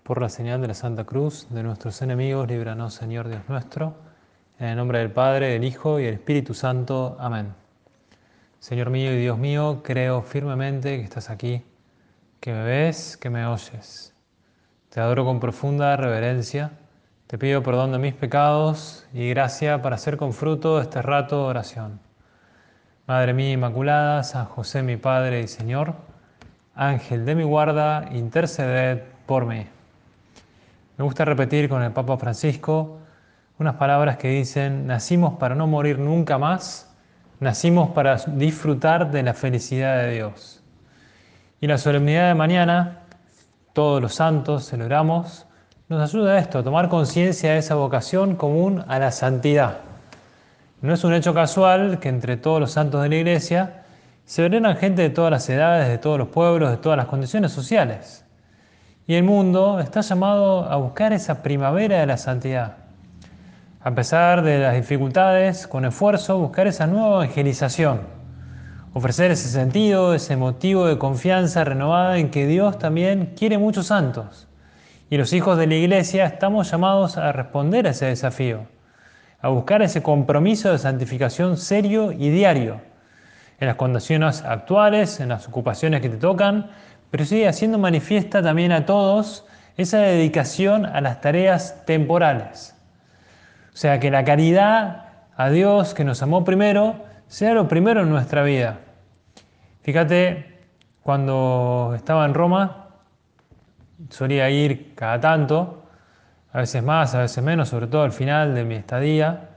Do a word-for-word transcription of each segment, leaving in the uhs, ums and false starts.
Por la señal de la Santa Cruz de nuestros enemigos, líbranos, Señor Dios nuestro. En el nombre del Padre, del Hijo y del Espíritu Santo. Amén. Señor mío y Dios mío, creo firmemente que estás aquí, que me ves, que me oyes. Te adoro con profunda reverencia. Te pido perdón de mis pecados y gracia para hacer con fruto este rato de oración. Madre mía Inmaculada, San José mi Padre y Señor, Ángel de mi guarda, interceded por mí. Me gusta repetir con el Papa Francisco unas palabras que dicen: nacimos para no morir nunca más, nacimos para disfrutar de la felicidad de Dios. Y la solemnidad de mañana, todos los santos celebramos, nos ayuda a esto, a tomar conciencia de esa vocación común a la santidad. No es un hecho casual que entre todos los santos de la Iglesia se veneran gente de todas las edades, de todos los pueblos, de todas las condiciones sociales. Y el mundo está llamado a buscar esa primavera de la santidad. A pesar de las dificultades, con esfuerzo, buscar esa nueva evangelización. Ofrecer ese sentido, ese motivo de confianza renovada en que Dios también quiere muchos santos. Y los hijos de la Iglesia estamos llamados a responder a ese desafío. A buscar ese compromiso de santificación serio y diario. En las condiciones actuales, en las ocupaciones que te tocan, pero sigue haciendo manifiesta también a todos esa dedicación a las tareas temporales. O sea, que la caridad a Dios, que nos amó primero, sea lo primero en nuestra vida. Fíjate, cuando estaba en Roma, solía ir cada tanto, a veces más, a veces menos, sobre todo al final de mi estadía,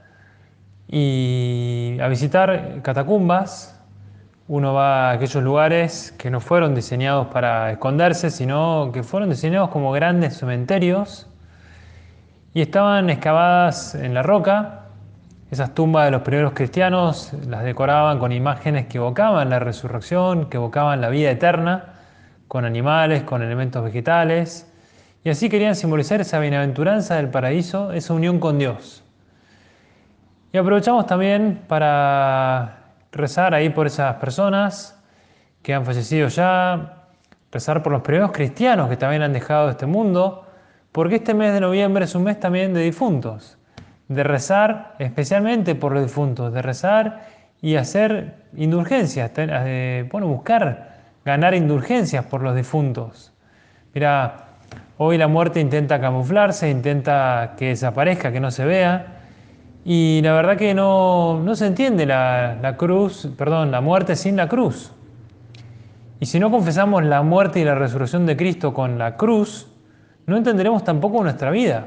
y a visitar catacumbas. Uno va a aquellos lugares que no fueron diseñados para esconderse, sino que fueron diseñados como grandes cementerios y estaban excavadas en la roca. Esas tumbas de los primeros cristianos las decoraban con imágenes que evocaban la resurrección, que evocaban la vida eterna, con animales, con elementos vegetales, y así querían simbolizar esa bienaventuranza del paraíso, esa unión con Dios. Y aprovechamos también para rezar ahí por esas personas que han fallecido ya, rezar por los primeros cristianos que también han dejado este mundo, porque este mes de noviembre es un mes también de difuntos, de rezar especialmente por los difuntos, de rezar y hacer indulgencias, de, bueno, buscar ganar indulgencias por los difuntos. Mira, hoy la muerte intenta camuflarse, intenta que desaparezca, que no se vea. Y la verdad que no, no se entiende la, la cruz, perdón, la muerte sin la cruz. Y si no confesamos la muerte y la resurrección de Cristo con la cruz, no entenderemos tampoco nuestra vida.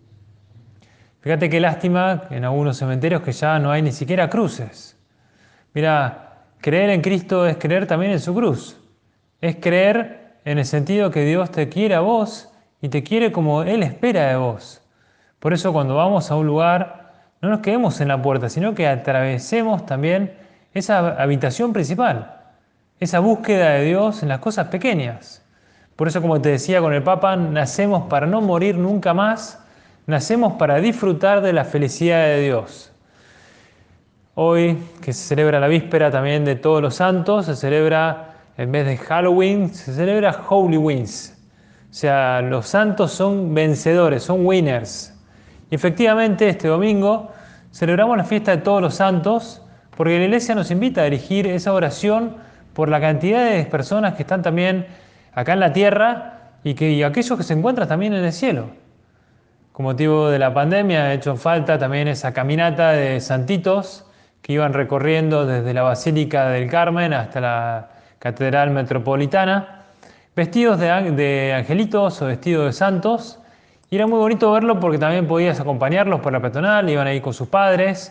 Fíjate qué lástima en algunos cementerios que ya no hay ni siquiera cruces. Mira, creer en Cristo es creer también en su cruz. Es creer en el sentido que Dios te quiere a vos y te quiere como Él espera de vos. Por eso cuando vamos a un lugar, no nos quedemos en la puerta, sino que atravesemos también esa habitación principal, esa búsqueda de Dios en las cosas pequeñas. Por eso, como te decía con el Papa, nacemos para no morir nunca más, nacemos para disfrutar de la felicidad de Dios. Hoy, que se celebra la víspera también de Todos los Santos, se celebra, en vez de Halloween, se celebra Holy Wins. O sea, los santos son vencedores, son winners. Y efectivamente, este domingo celebramos la fiesta de Todos los Santos porque la Iglesia nos invita a dirigir esa oración por la cantidad de personas que están también acá en la tierra y, que, y aquellos que se encuentran también en el cielo. Con motivo de la pandemia ha hecho falta también esa caminata de santitos que iban recorriendo desde la Basílica del Carmen hasta la Catedral Metropolitana, vestidos de, de angelitos o vestidos de santos. Y era muy bonito verlo porque también podías acompañarlos por la peatonal, iban ahí con sus padres.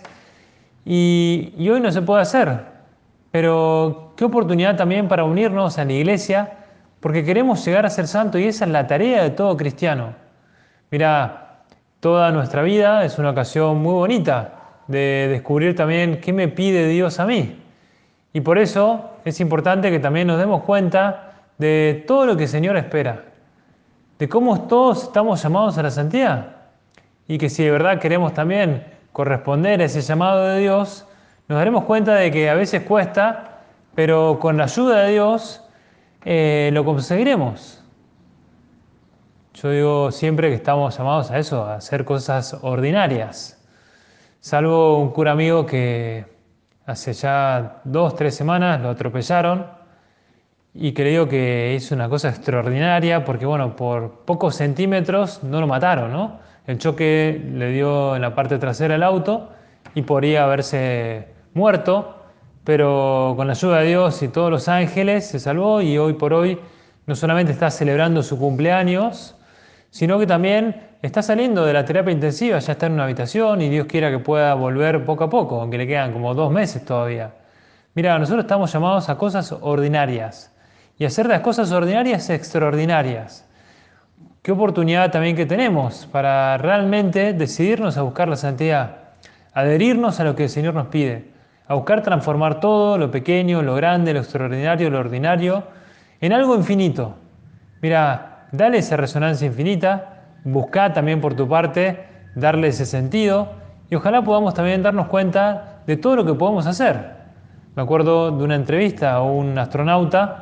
Y, y hoy no se puede hacer. Pero qué oportunidad también para unirnos a la Iglesia, porque queremos llegar a ser santos y esa es la tarea de todo cristiano. Mira, toda nuestra vida es una ocasión muy bonita de descubrir también qué me pide Dios a mí. Y por eso es importante que también nos demos cuenta de todo lo que el Señor espera. De cómo todos estamos llamados a la santidad y que si de verdad queremos también corresponder a ese llamado de Dios, nos daremos cuenta de que a veces cuesta, pero con la ayuda de Dios eh, lo conseguiremos. Yo digo siempre que estamos llamados a eso, a hacer cosas ordinarias. Salvo un cura amigo que hace ya dos, tres semanas lo atropellaron y creo que es una cosa extraordinaria porque, bueno, por pocos centímetros no lo mataron, ¿no? El choque le dio en la parte trasera del auto y podría haberse muerto, pero con la ayuda de Dios y todos los ángeles se salvó y hoy por hoy no solamente está celebrando su cumpleaños, sino que también está saliendo de la terapia intensiva, ya está en una habitación y Dios quiera que pueda volver poco a poco, aunque le quedan como dos meses todavía. Mira, nosotros estamos llamados a cosas ordinarias y hacer las cosas ordinarias extraordinarias. Qué oportunidad también que tenemos para realmente decidirnos a buscar la santidad, adherirnos a lo que el Señor nos pide, a buscar transformar todo, lo pequeño, lo grande, lo extraordinario, lo ordinario, en algo infinito. Mira, dale esa resonancia infinita, busca también por tu parte darle ese sentido y ojalá podamos también darnos cuenta de todo lo que podemos hacer. Me acuerdo de una entrevista a un astronauta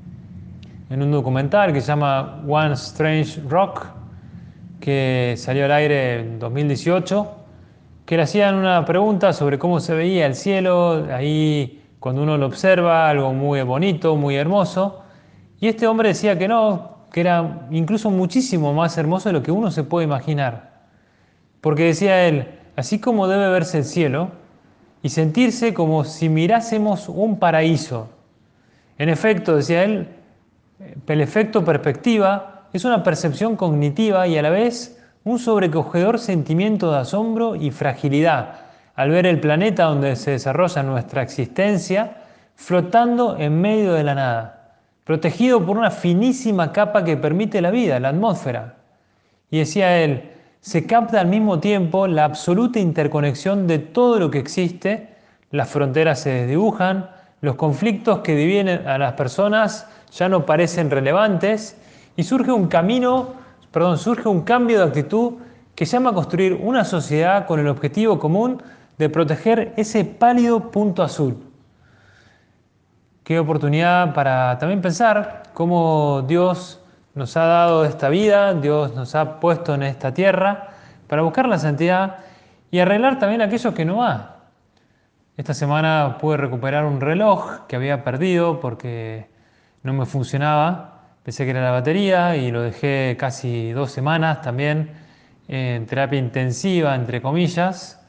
en un documental que se llama One Strange Rock, que salió al aire en dos mil dieciocho, que le hacían una pregunta sobre cómo se veía el cielo, ahí cuando uno lo observa, algo muy bonito, muy hermoso, y este hombre decía que no, que era incluso muchísimo más hermoso de lo que uno se puede imaginar. Porque decía él, así como debe verse el cielo, y sentirse como si mirásemos un paraíso. En efecto, decía él, el efecto perspectiva es una percepción cognitiva y a la vez un sobrecogedor sentimiento de asombro y fragilidad al ver el planeta donde se desarrolla nuestra existencia flotando en medio de la nada, protegido por una finísima capa que permite la vida, la atmósfera. Y decía él, se capta al mismo tiempo la absoluta interconexión de todo lo que existe, las fronteras se desdibujan, los conflictos que dividen a las personas ya no parecen relevantes y surge un camino, perdón, surge un cambio de actitud que llama a construir una sociedad con el objetivo común de proteger ese pálido punto azul. Qué oportunidad para también pensar cómo Dios nos ha dado esta vida, Dios nos ha puesto en esta tierra para buscar la santidad y arreglar también aquello que no va. Esta semana pude recuperar un reloj que había perdido porque no me funcionaba. Pensé que era la batería y lo dejé casi dos semanas también en terapia intensiva, entre comillas.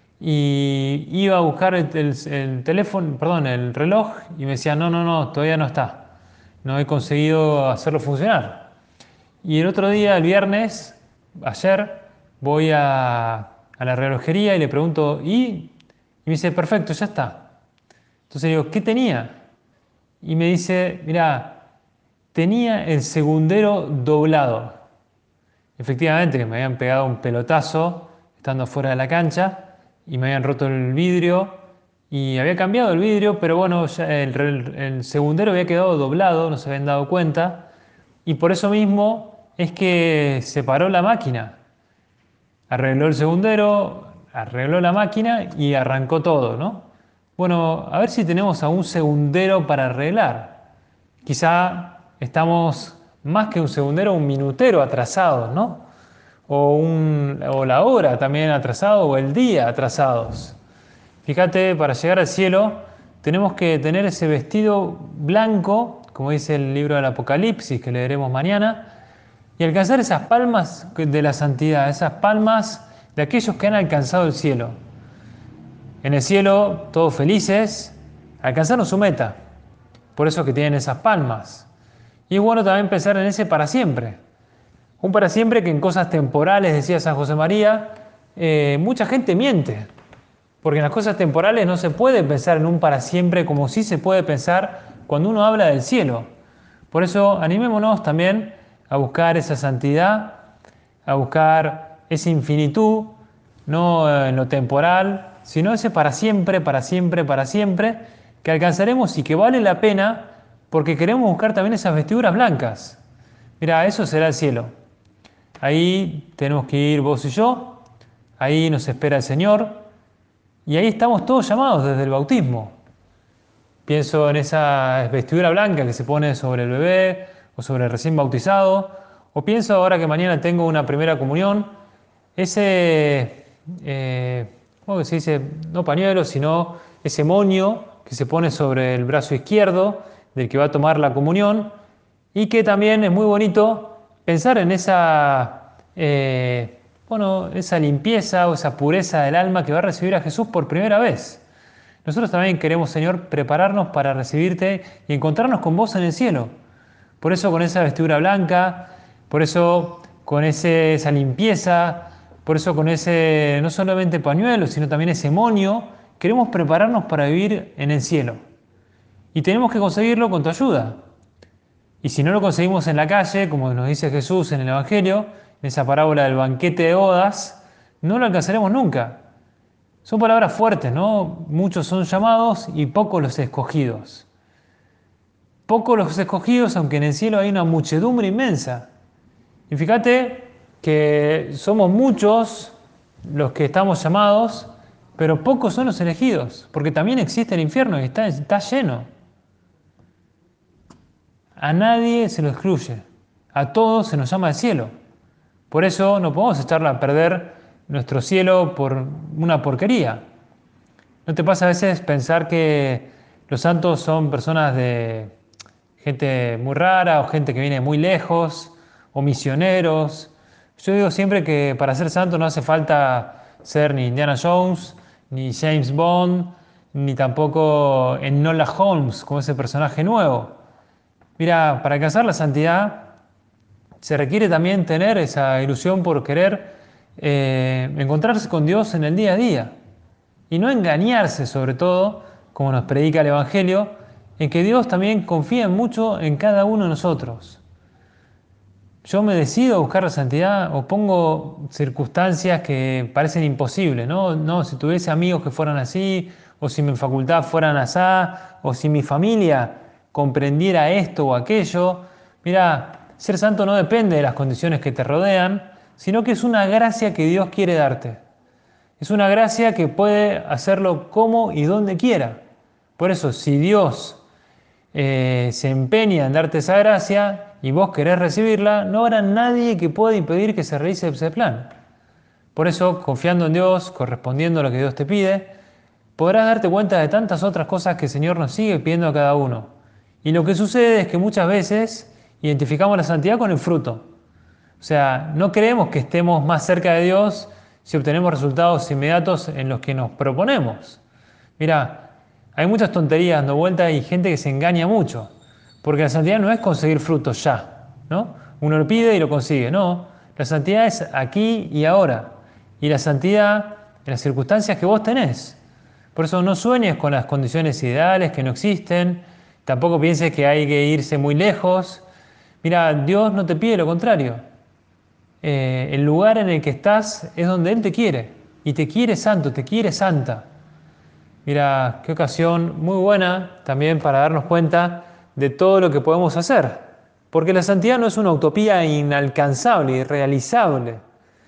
Y iba a buscar el, el, el teléfono, perdón, el reloj y me decía, no, no, no, todavía no está. No he conseguido hacerlo funcionar. Y el otro día, el viernes, ayer, voy a, a la relojería y le pregunto, ¿y? Y me dice, perfecto, ya está. Entonces digo, ¿qué tenía? Y me dice, mira, tenía el segundero doblado. Efectivamente, que me habían pegado un pelotazo estando fuera de la cancha y me habían roto el vidrio y había cambiado el vidrio, pero bueno, ya el, el, el segundero había quedado doblado, no se habían dado cuenta y por eso mismo es que se paró la máquina. Arregló el segundero, arregló la máquina y arrancó todo, ¿no? Bueno, a ver si tenemos a un segundero para arreglar. Quizá estamos más que un segundero, un minutero atrasados, ¿no? O, un, o la hora también atrasado, o el día atrasados. Fíjate, para llegar al cielo tenemos que tener ese vestido blanco, como dice el libro del Apocalipsis que leeremos mañana, y alcanzar esas palmas de la santidad, esas palmas de aquellos que han alcanzado el cielo. En el cielo, todos felices, alcanzaron su meta. Por eso que tienen esas palmas. Y es bueno también pensar en ese para siempre. Un para siempre que en cosas temporales, decía San José María, eh, mucha gente miente. Porque en las cosas temporales no se puede pensar en un para siempre como sí se puede pensar cuando uno habla del cielo. Por eso animémonos también a buscar esa santidad, a buscar esa infinitud, no en lo temporal, sino ese para siempre, para siempre, para siempre, que alcanzaremos y que vale la pena porque queremos buscar también esas vestiduras blancas. Mira, eso será el cielo. Ahí tenemos que ir vos y yo, ahí nos espera el Señor y ahí estamos todos llamados desde el bautismo. Pienso en esa vestidura blanca que se pone sobre el bebé o sobre el recién bautizado, O pienso ahora que mañana tengo una primera comunión, ese, eh, ¿cómo se dice? No pañuelo, sino ese moño que se pone sobre el brazo izquierdo del que va a tomar la comunión, y que también es muy bonito pensar en esa, eh, bueno, esa limpieza o esa pureza del alma que va a recibir a Jesús por primera vez. Nosotros también queremos, Señor, prepararnos para recibirte y encontrarnos con vos en el cielo. Por eso con esa vestidura blanca, por eso con ese, esa limpieza, por eso con ese no solamente pañuelo, sino también ese moño, queremos prepararnos para vivir en el cielo. Y tenemos que conseguirlo con tu ayuda. Y si no lo conseguimos en la calle, como nos dice Jesús en el Evangelio, en esa parábola del banquete de bodas, no lo alcanzaremos nunca. Son palabras fuertes, ¿no? Muchos son llamados y pocos los escogidos. Pocos los escogidos, aunque en el cielo hay una muchedumbre inmensa. Y fíjate que somos muchos los que estamos llamados, pero pocos son los elegidos, porque también existe el infierno y está, está lleno. A nadie se lo excluye, a todos se nos llama al cielo. Por eso no podemos echarla a perder nuestro cielo por una porquería. ¿No te pasa a veces pensar que los santos son personas de gente muy rara o gente que viene muy lejos o misioneros? Yo digo siempre que para ser santo no hace falta ser ni Indiana Jones, ni James Bond, ni tampoco Enola Holmes como ese personaje nuevo. Mira, para alcanzar la santidad se requiere también tener esa ilusión por querer eh, encontrarse con Dios en el día a día y no engañarse, sobre todo, como nos predica el Evangelio, en que Dios también confía mucho en cada uno de nosotros. Yo me decido a buscar la santidad o pongo circunstancias que parecen imposibles, ¿no? No, si tuviese amigos que fueran así, o si mi facultad fueran asá, o si mi familia comprendiera esto o aquello. Mira, ser santo no depende de las condiciones que te rodean, sino que es una gracia que Dios quiere darte. Es una gracia que puede hacerlo como y donde quiera. Por eso, si Dios eh, se empeña en darte esa gracia y vos querés recibirla, no habrá nadie que pueda impedir que se realice ese plan. Por eso, confiando en Dios, correspondiendo a lo que Dios te pide, podrás darte cuenta de tantas otras cosas que el Señor nos sigue pidiendo a cada uno. Y lo que sucede es que muchas veces identificamos la santidad con el fruto. O sea, no creemos que estemos más cerca de Dios si obtenemos resultados inmediatos en los que nos proponemos. Mira, hay muchas tonterías dando vuelta y gente que se engaña mucho. Porque la santidad no es conseguir frutos ya, ¿no? Uno lo pide y lo consigue. No, la santidad es aquí y ahora. Y la santidad en las circunstancias que vos tenés. Por eso no sueñes con las condiciones ideales que no existen. Tampoco pienses que hay que irse muy lejos. Mira, Dios no te pide lo contrario. Eh, el lugar en el que estás es donde Él te quiere. Y te quiere santo, te quiere santa. Mira, qué ocasión muy buena también para darnos cuenta de todo lo que podemos hacer. Porque la santidad no es una utopía inalcanzable, irrealizable.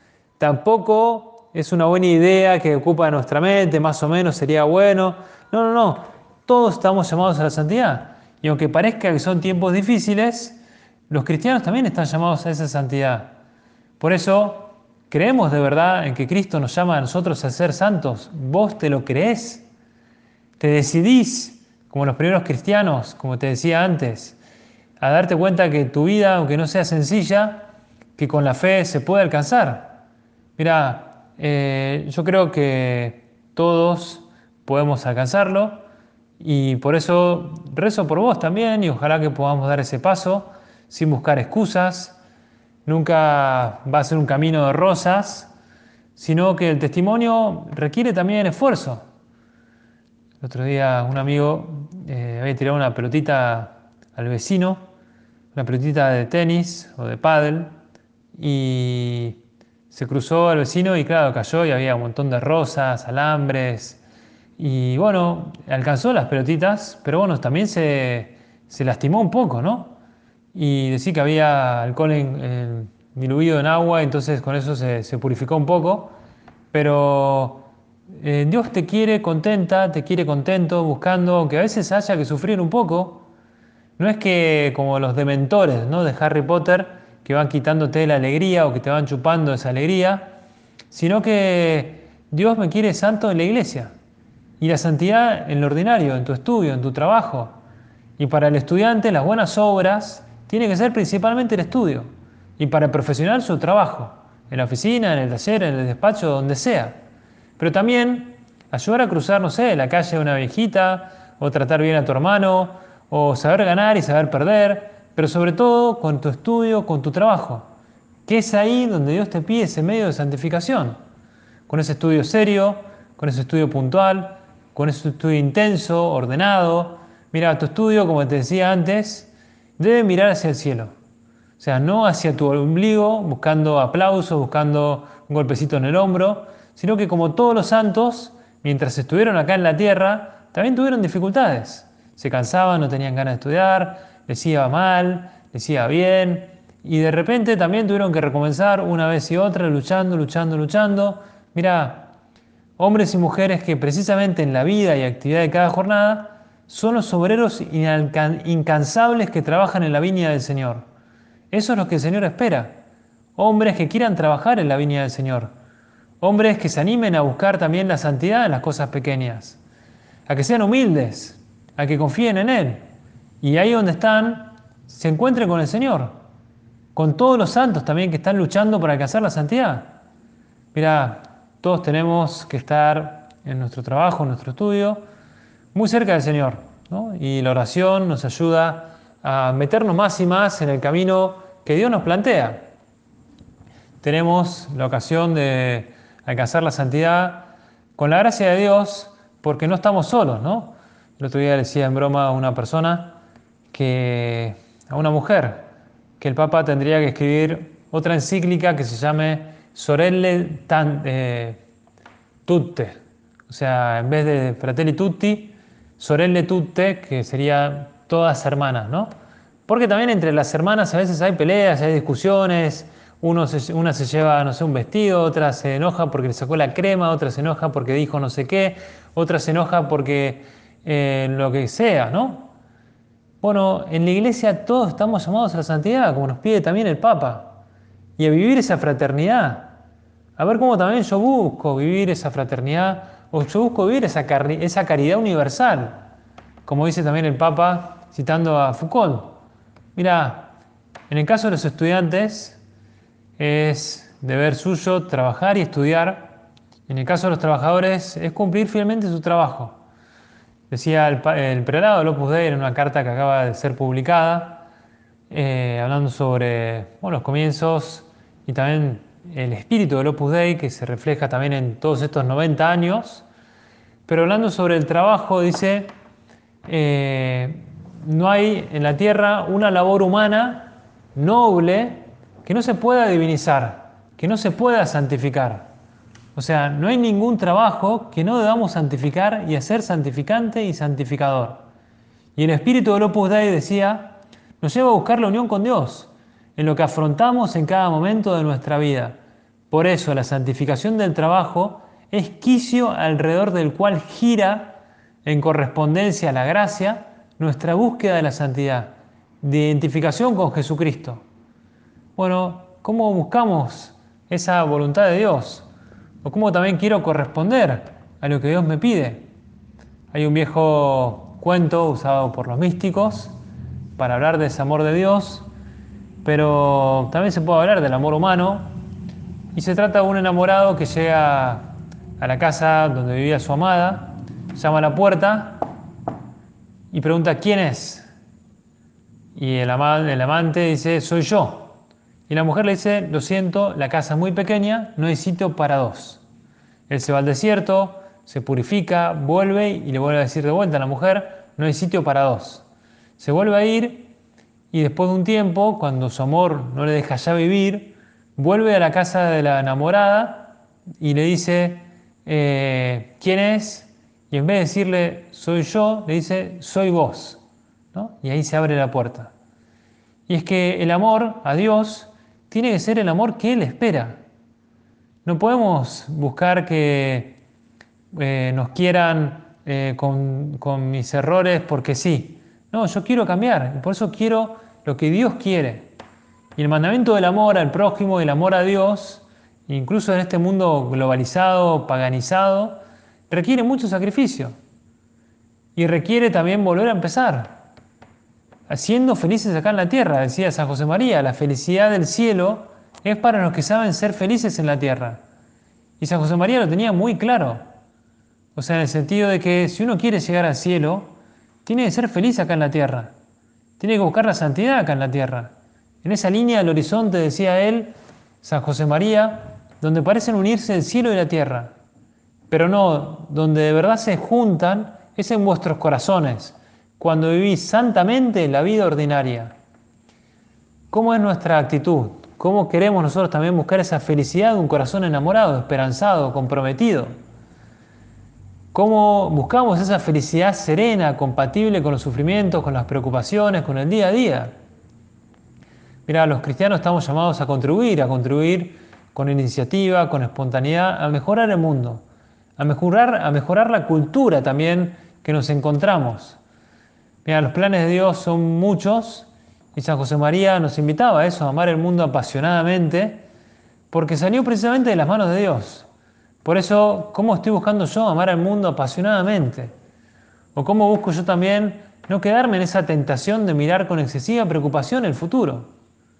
Tampoco es una buena idea que ocupa nuestra mente, más o menos sería bueno. No, no, no. Todos estamos llamados a la santidad. Y aunque parezca que son tiempos difíciles, los cristianos también están llamados a esa santidad. Por eso, ¿creemos de verdad en que Cristo nos llama a nosotros a ser santos? ¿Vos te lo creés? ¿Te decidís, como los primeros cristianos, como te decía antes, a darte cuenta que tu vida, aunque no sea sencilla, que con la fe se puede alcanzar? Mira, eh, yo creo que todos podemos alcanzarlo y por eso rezo por vos también y ojalá que podamos dar ese paso sin buscar excusas. Nunca va a ser un camino de rosas, sino que el testimonio requiere también esfuerzo. El otro día un amigo eh, había tirado una pelotita al vecino, una pelotita de tenis o de pádel, y se cruzó al vecino y claro, cayó y había un montón de rosas, alambres, y bueno, alcanzó las pelotitas, pero bueno, también se, se lastimó un poco, ¿no? Y decía que había alcohol en, en, diluido en agua, entonces con eso se, se purificó un poco, pero eh, Dios te quiere contenta, te quiere contento, buscando que a veces haya que sufrir un poco. No es que como los dementores, ¿no?, de Harry Potter, que van quitándote la alegría o que te van chupando esa alegría, sino que Dios me quiere santo en la iglesia. Y la santidad en lo ordinario, en tu estudio, en tu trabajo. Y para el estudiante las buenas obras tiene que ser principalmente el estudio. Y para el profesional su trabajo, en la oficina, en el taller, en el despacho, donde sea. Pero también ayudar a cruzar, no sé, la calle de una viejita, o tratar bien a tu hermano, o saber ganar y saber perder, pero sobre todo con tu estudio, con tu trabajo, que es ahí donde Dios te pide ese medio de santificación. Con ese estudio serio, con ese estudio puntual, con ese estudio intenso, ordenado. Mira, tu estudio, como te decía antes, debe mirar hacia el cielo. O sea, no hacia tu ombligo, buscando aplausos, buscando un golpecito en el hombro, sino que como todos los santos, mientras estuvieron acá en la tierra, también tuvieron dificultades. Se cansaban, no tenían ganas de estudiar, les iba mal, les iba bien, y de repente también tuvieron que recomenzar una vez y otra, luchando, luchando, luchando. Mira, hombres y mujeres que precisamente en la vida y actividad de cada jornada son los obreros incansables que trabajan en la viña del Señor. Eso es lo que el Señor espera. Hombres que quieran trabajar en la viña del Señor. Hombres que se animen a buscar también la santidad en las cosas pequeñas. A que sean humildes, a que confíen en Él. Y ahí donde están, se encuentren con el Señor. Con todos los santos también que están luchando para alcanzar la santidad. Mira, todos tenemos que estar en nuestro trabajo, en nuestro estudio, muy cerca del Señor, ¿no? Y la oración nos ayuda a meternos más y más en el camino que Dios nos plantea. Tenemos la ocasión de alcanzar la santidad con la gracia de Dios porque no estamos solos, ¿no? El otro día le decía en broma a una persona, que, a una mujer, que el Papa tendría que escribir otra encíclica que se llame Sorelle tan, eh, Tutte, o sea, en vez de Fratelli Tutti, Sorelle Tutte, que sería todas hermanas, ¿no? Porque también entre las hermanas a veces hay peleas, hay discusiones, uno se, una se lleva, no sé, un vestido, otra se enoja porque le sacó la crema, otra se enoja porque dijo no sé qué, otra se enoja porque eh, lo que sea, ¿no? Bueno, en la iglesia todos estamos llamados a la santidad, como nos pide también el Papa, y a vivir esa fraternidad. A ver cómo también yo busco vivir esa fraternidad, o yo busco vivir esa, esa caridad universal, como dice también el Papa citando a Foucault. Mira, en el caso de los estudiantes es deber suyo trabajar y estudiar. En el caso de los trabajadores es cumplir fielmente su trabajo. Decía el, el prelado del Opus Dei en una carta que acaba de ser publicada, eh, hablando sobre bueno, los comienzos y también el espíritu del Opus Dei, que se refleja también en todos estos noventa años, pero hablando sobre el trabajo, dice, eh, no hay en la tierra una labor humana noble que no se pueda divinizar, que no se pueda santificar. O sea, no hay ningún trabajo que no debamos santificar y hacer santificante y santificador. Y el espíritu del Opus Dei decía, nos lleva a buscar la unión con Dios, en lo que afrontamos en cada momento de nuestra vida. Por eso la santificación del trabajo es quicio alrededor del cual gira, en correspondencia a la gracia, nuestra búsqueda de la santidad, de identificación con Jesucristo. Bueno, ¿cómo buscamos esa voluntad de Dios? O cómo también quiero corresponder a lo que Dios me pide. Hay un viejo cuento usado por los místicos para hablar de ese amor de Dios, pero también se puede hablar del amor humano, y se trata de un enamorado que llega a la casa donde vivía su amada, llama a la puerta y pregunta ¿quién es? Y el, ama el amante dice soy yo. Y la mujer le dice, lo siento, la casa es muy pequeña, no hay sitio para dos. Él se va al desierto, se purifica, vuelve y le vuelve a decir de vuelta a la mujer, no hay sitio para dos. Se vuelve a ir y después de un tiempo, cuando su amor no le deja ya vivir, vuelve a la casa de la enamorada y le dice, eh, ¿quién es? Y en vez de decirle, soy yo, le dice, soy vos, ¿no? Y ahí se abre la puerta. Y es que el amor a Dios tiene que ser el amor que Él espera. No podemos buscar que eh, nos quieran eh, con, con mis errores porque sí. No, yo quiero cambiar y por eso quiero lo que Dios quiere. Y el mandamiento del amor al prójimo y el amor a Dios, incluso en este mundo globalizado, paganizado, requiere mucho sacrificio. Y requiere también volver a empezar. Siendo felices acá en la tierra, decía San José María, la felicidad del cielo es para los que saben ser felices en la tierra. Y San José María lo tenía muy claro. O sea, en el sentido de que si uno quiere llegar al cielo, tiene que ser feliz acá en la tierra. Tiene que buscar la santidad acá en la tierra. En esa línea del horizonte, decía él, San José María, donde parecen unirse el cielo y la tierra. Pero no, donde de verdad se juntan es en vuestros corazones, cuando vivís santamente la vida ordinaria. ¿Cómo es nuestra actitud? ¿Cómo queremos nosotros también buscar esa felicidad de un corazón enamorado, esperanzado, comprometido? ¿Cómo buscamos esa felicidad serena, compatible con los sufrimientos, con las preocupaciones, con el día a día? Mira, los cristianos estamos llamados a contribuir, a contribuir con iniciativa, con espontaneidad, a mejorar el mundo, a mejorar, a mejorar la cultura también que nos encontramos. Mira, los planes de Dios son muchos y San José María nos invitaba a eso, a amar el mundo apasionadamente, porque salió precisamente de las manos de Dios. Por eso, ¿cómo estoy buscando yo amar al mundo apasionadamente? ¿O cómo busco yo también no quedarme en esa tentación de mirar con excesiva preocupación el futuro?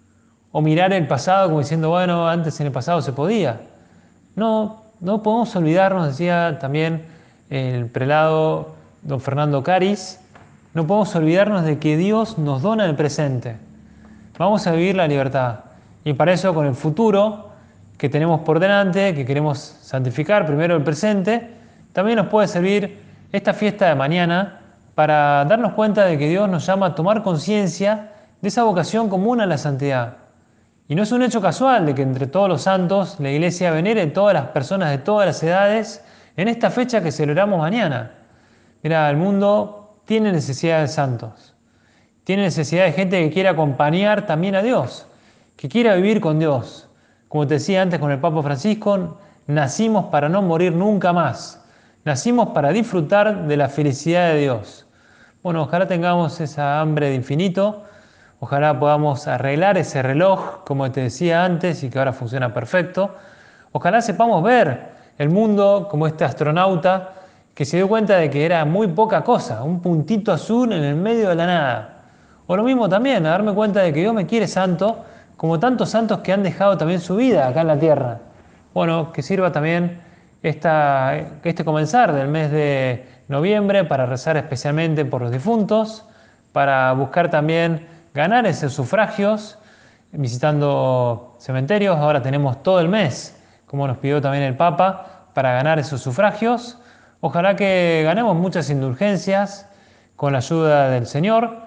O mirar el pasado como diciendo, bueno, antes en el pasado se podía. No, no podemos olvidarnos, decía también el prelado don Fernando Caris, no podemos olvidarnos de que Dios nos dona el presente. Vamos a vivir la libertad. Y para eso, con el futuro que tenemos por delante, que queremos santificar primero el presente, también nos puede servir esta fiesta de mañana para darnos cuenta de que Dios nos llama a tomar conciencia de esa vocación común a la santidad. Y no es un hecho casual de que entre todos los santos la Iglesia venere a todas las personas de todas las edades en esta fecha que celebramos mañana. Mira, el mundo tiene necesidad de santos. Tiene necesidad de gente que quiera acompañar también a Dios, que quiera vivir con Dios. Como te decía antes con el Papa Francisco, nacimos para no morir nunca más. Nacimos para disfrutar de la felicidad de Dios. Bueno, ojalá tengamos esa hambre de infinito. Ojalá podamos arreglar ese reloj, como te decía antes, y que ahora funciona perfecto. Ojalá sepamos ver el mundo como este astronauta que se dio cuenta de que era muy poca cosa, un puntito azul en el medio de la nada. O lo mismo también, a darme cuenta de que Dios me quiere santo, como tantos santos que han dejado también su vida acá en la tierra. Bueno, que sirva también esta, este comenzar del mes de noviembre para rezar especialmente por los difuntos, para buscar también ganar esos sufragios visitando cementerios. Ahora tenemos todo el mes, como nos pidió también el Papa, para ganar esos sufragios. Ojalá que ganemos muchas indulgencias con la ayuda del Señor,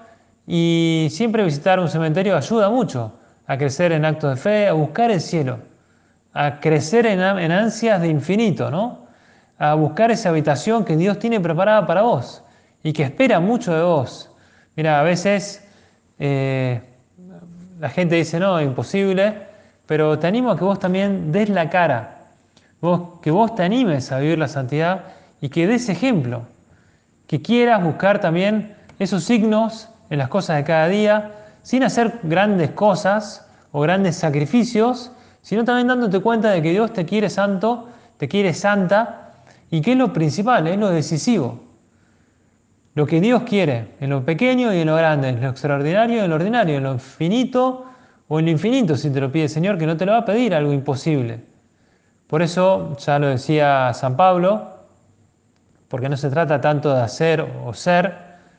y siempre visitar un cementerio ayuda mucho a crecer en actos de fe, a buscar el cielo, a crecer en, en ansias de infinito, ¿no? A buscar esa habitación que Dios tiene preparada para vos y que espera mucho de vos. Mira, a veces Eh, la gente dice, no, imposible, pero te animo a que vos también des la cara, vos, que vos te animes a vivir la santidad y que des ejemplo, que quieras buscar también esos signos en las cosas de cada día, sin hacer grandes cosas o grandes sacrificios, sino también dándote cuenta de que Dios te quiere santo, te quiere santa, y que es lo principal, es lo decisivo. Lo que Dios quiere, en lo pequeño y en lo grande, en lo extraordinario y en lo ordinario, en lo infinito o en lo infinito, si te lo pide el Señor, que no te lo va a pedir algo imposible. Por eso, ya lo decía San Pablo, porque no se trata tanto de hacer o ser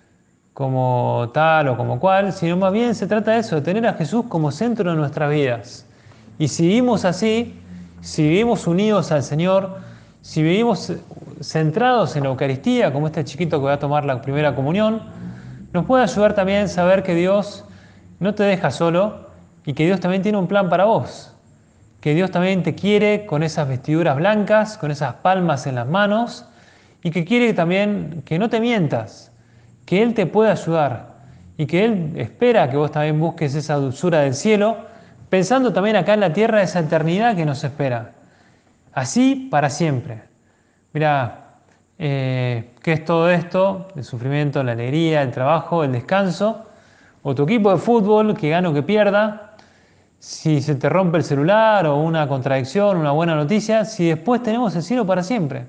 como tal o como cual, sino más bien se trata de eso, de tener a Jesús como centro de nuestras vidas. Y si vivimos así, si vivimos unidos al Señor, si vivimos centrados en la Eucaristía, como este chiquito que va a tomar la primera comunión, nos puede ayudar también saber que Dios no te deja solo y que Dios también tiene un plan para vos. Que Dios también te quiere con esas vestiduras blancas, con esas palmas en las manos, y que quiere también que no te mientas, que Él te puede ayudar y que Él espera que vos también busques esa dulzura del cielo, pensando también acá en la tierra esa eternidad que nos espera. Así para siempre. Mira, eh, ¿qué es todo esto? El sufrimiento, la alegría, el trabajo, el descanso, o tu equipo de fútbol, que gane o que pierda, si se te rompe el celular o una contradicción, una buena noticia, si después tenemos el cielo para siempre.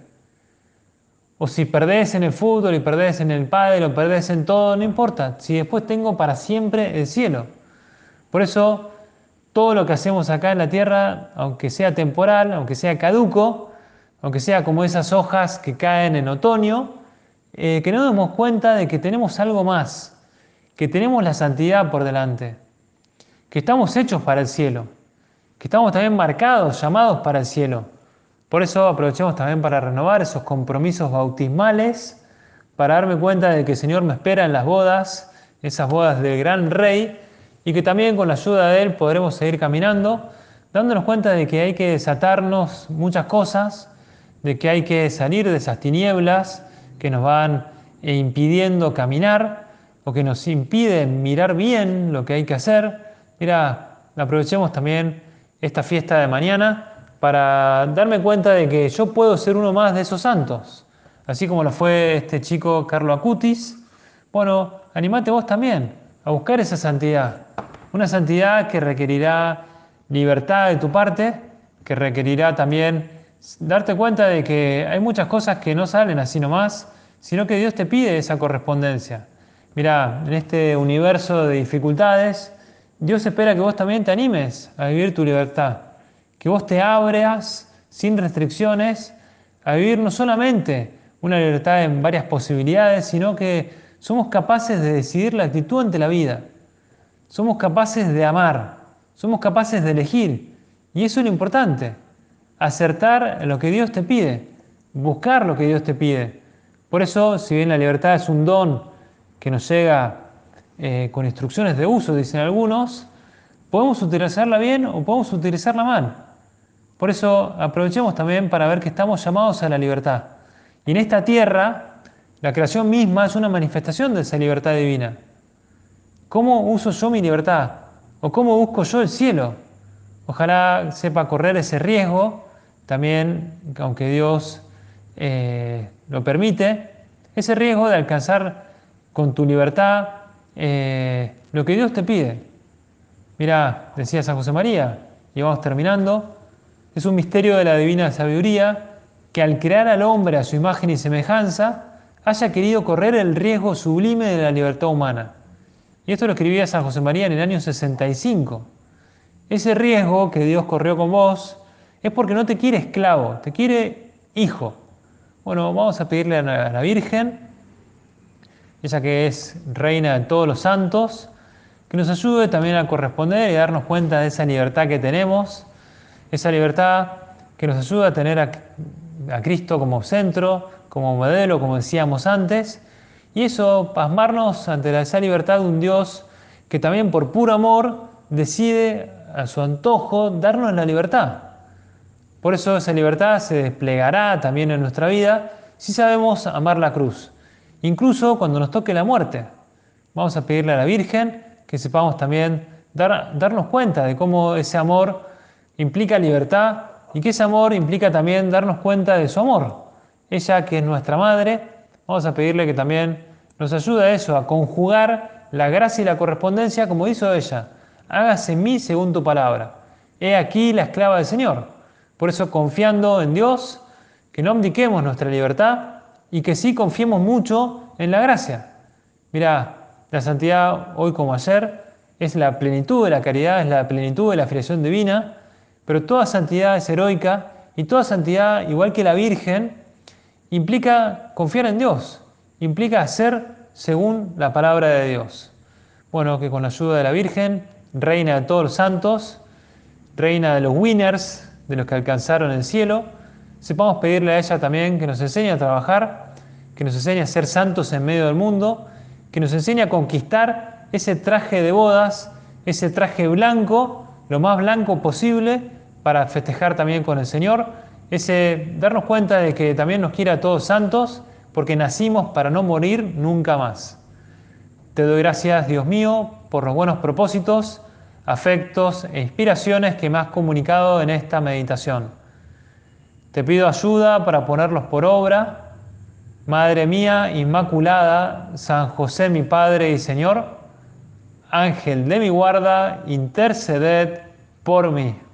O si perdés en el fútbol y perdés en el pádel o perdés en todo, no importa, si después tengo para siempre el cielo. Por eso, todo lo que hacemos acá en la tierra, aunque sea temporal, aunque sea caduco, aunque sea como esas hojas que caen en otoño, eh, que nos demos cuenta de que tenemos algo más, que tenemos la santidad por delante, que estamos hechos para el cielo, que estamos también marcados, llamados para el cielo. Por eso aprovechemos también para renovar esos compromisos bautismales, para darme cuenta de que el Señor me espera en las bodas, esas bodas del gran Rey, y que también con la ayuda de Él podremos seguir caminando, dándonos cuenta de que hay que desatarnos muchas cosas, de que hay que salir de esas tinieblas que nos van impidiendo caminar o que nos impiden mirar bien lo que hay que hacer. Mira, aprovechemos también esta fiesta de mañana para darme cuenta de que yo puedo ser uno más de esos santos, así como lo fue este chico Carlo Acutis. Bueno, animate vos también a buscar esa santidad, una santidad que requerirá libertad de tu parte, que requerirá también darte cuenta de que hay muchas cosas que no salen así nomás, sino que Dios te pide esa correspondencia. Mirá, en este universo de dificultades, Dios espera que vos también te animes a vivir tu libertad, que vos te abras sin restricciones a vivir no solamente una libertad en varias posibilidades, sino que somos capaces de decidir la actitud ante la vida. Somos capaces de amar, somos capaces de elegir. Y eso es lo importante, acertar en lo que Dios te pide, buscar lo que Dios te pide. Por eso, si bien la libertad es un don que nos llega eh, con instrucciones de uso, dicen algunos, podemos utilizarla bien o podemos utilizarla mal. Por eso aprovechemos también para ver que estamos llamados a la libertad. Y en esta tierra, la creación misma es una manifestación de esa libertad divina. ¿Cómo uso yo mi libertad? ¿O cómo busco yo el cielo? Ojalá sepa correr ese riesgo, también, aunque Dios eh, lo permite, ese riesgo de alcanzar con tu libertad eh, lo que Dios te pide. Mirá, decía San José María, y vamos terminando, es un misterio de la divina sabiduría que al crear al hombre a su imagen y semejanza, haya querido correr el riesgo sublime de la libertad humana. Y esto lo escribía San José María en el año sesenta y cinco. Ese riesgo que Dios corrió con vos es porque no te quiere esclavo, te quiere hijo. Bueno, vamos a pedirle a la Virgen, ella que es reina de todos los santos, que nos ayude también a corresponder y darnos cuenta de esa libertad que tenemos, esa libertad que nos ayuda a tener a, a Cristo como centro, como modelo, como decíamos antes, y eso, pasmarnos ante esa libertad de un Dios que también por puro amor decide a su antojo darnos la libertad. Por eso esa libertad se desplegará también en nuestra vida si sabemos amar la cruz, incluso cuando nos toque la muerte. Vamos a pedirle a la Virgen que sepamos también dar, darnos cuenta de cómo ese amor implica libertad y que ese amor implica también darnos cuenta de su amor. Ella, que es nuestra madre, vamos a pedirle que también nos ayude a eso, a conjugar la gracia y la correspondencia como hizo ella. Hágase en mí según tu palabra. He aquí la esclava del Señor. Por eso, confiando en Dios, que no abdiquemos nuestra libertad y que sí confiemos mucho en la gracia. Mirá, la santidad, hoy como ayer, es la plenitud de la caridad, es la plenitud de la filiación divina, pero toda santidad es heroica y toda santidad, igual que la Virgen, implica confiar en Dios, implica hacer según la palabra de Dios. Bueno, que con la ayuda de la Virgen, reina de todos los santos, reina de los winners, de los que alcanzaron el cielo, sepamos pedirle a ella también que nos enseñe a trabajar, que nos enseñe a ser santos en medio del mundo, que nos enseñe a conquistar ese traje de bodas, ese traje blanco, lo más blanco posible, para festejar también con el Señor, ese darnos cuenta de que también nos quiere a todos santos, porque nacimos para no morir nunca más. Te doy gracias, Dios mío, por los buenos propósitos, afectos e inspiraciones que me has comunicado en esta meditación. Te pido ayuda para ponerlos por obra. Madre mía Inmaculada, San José mi Padre y Señor, Ángel de mi guarda, interceded por mí.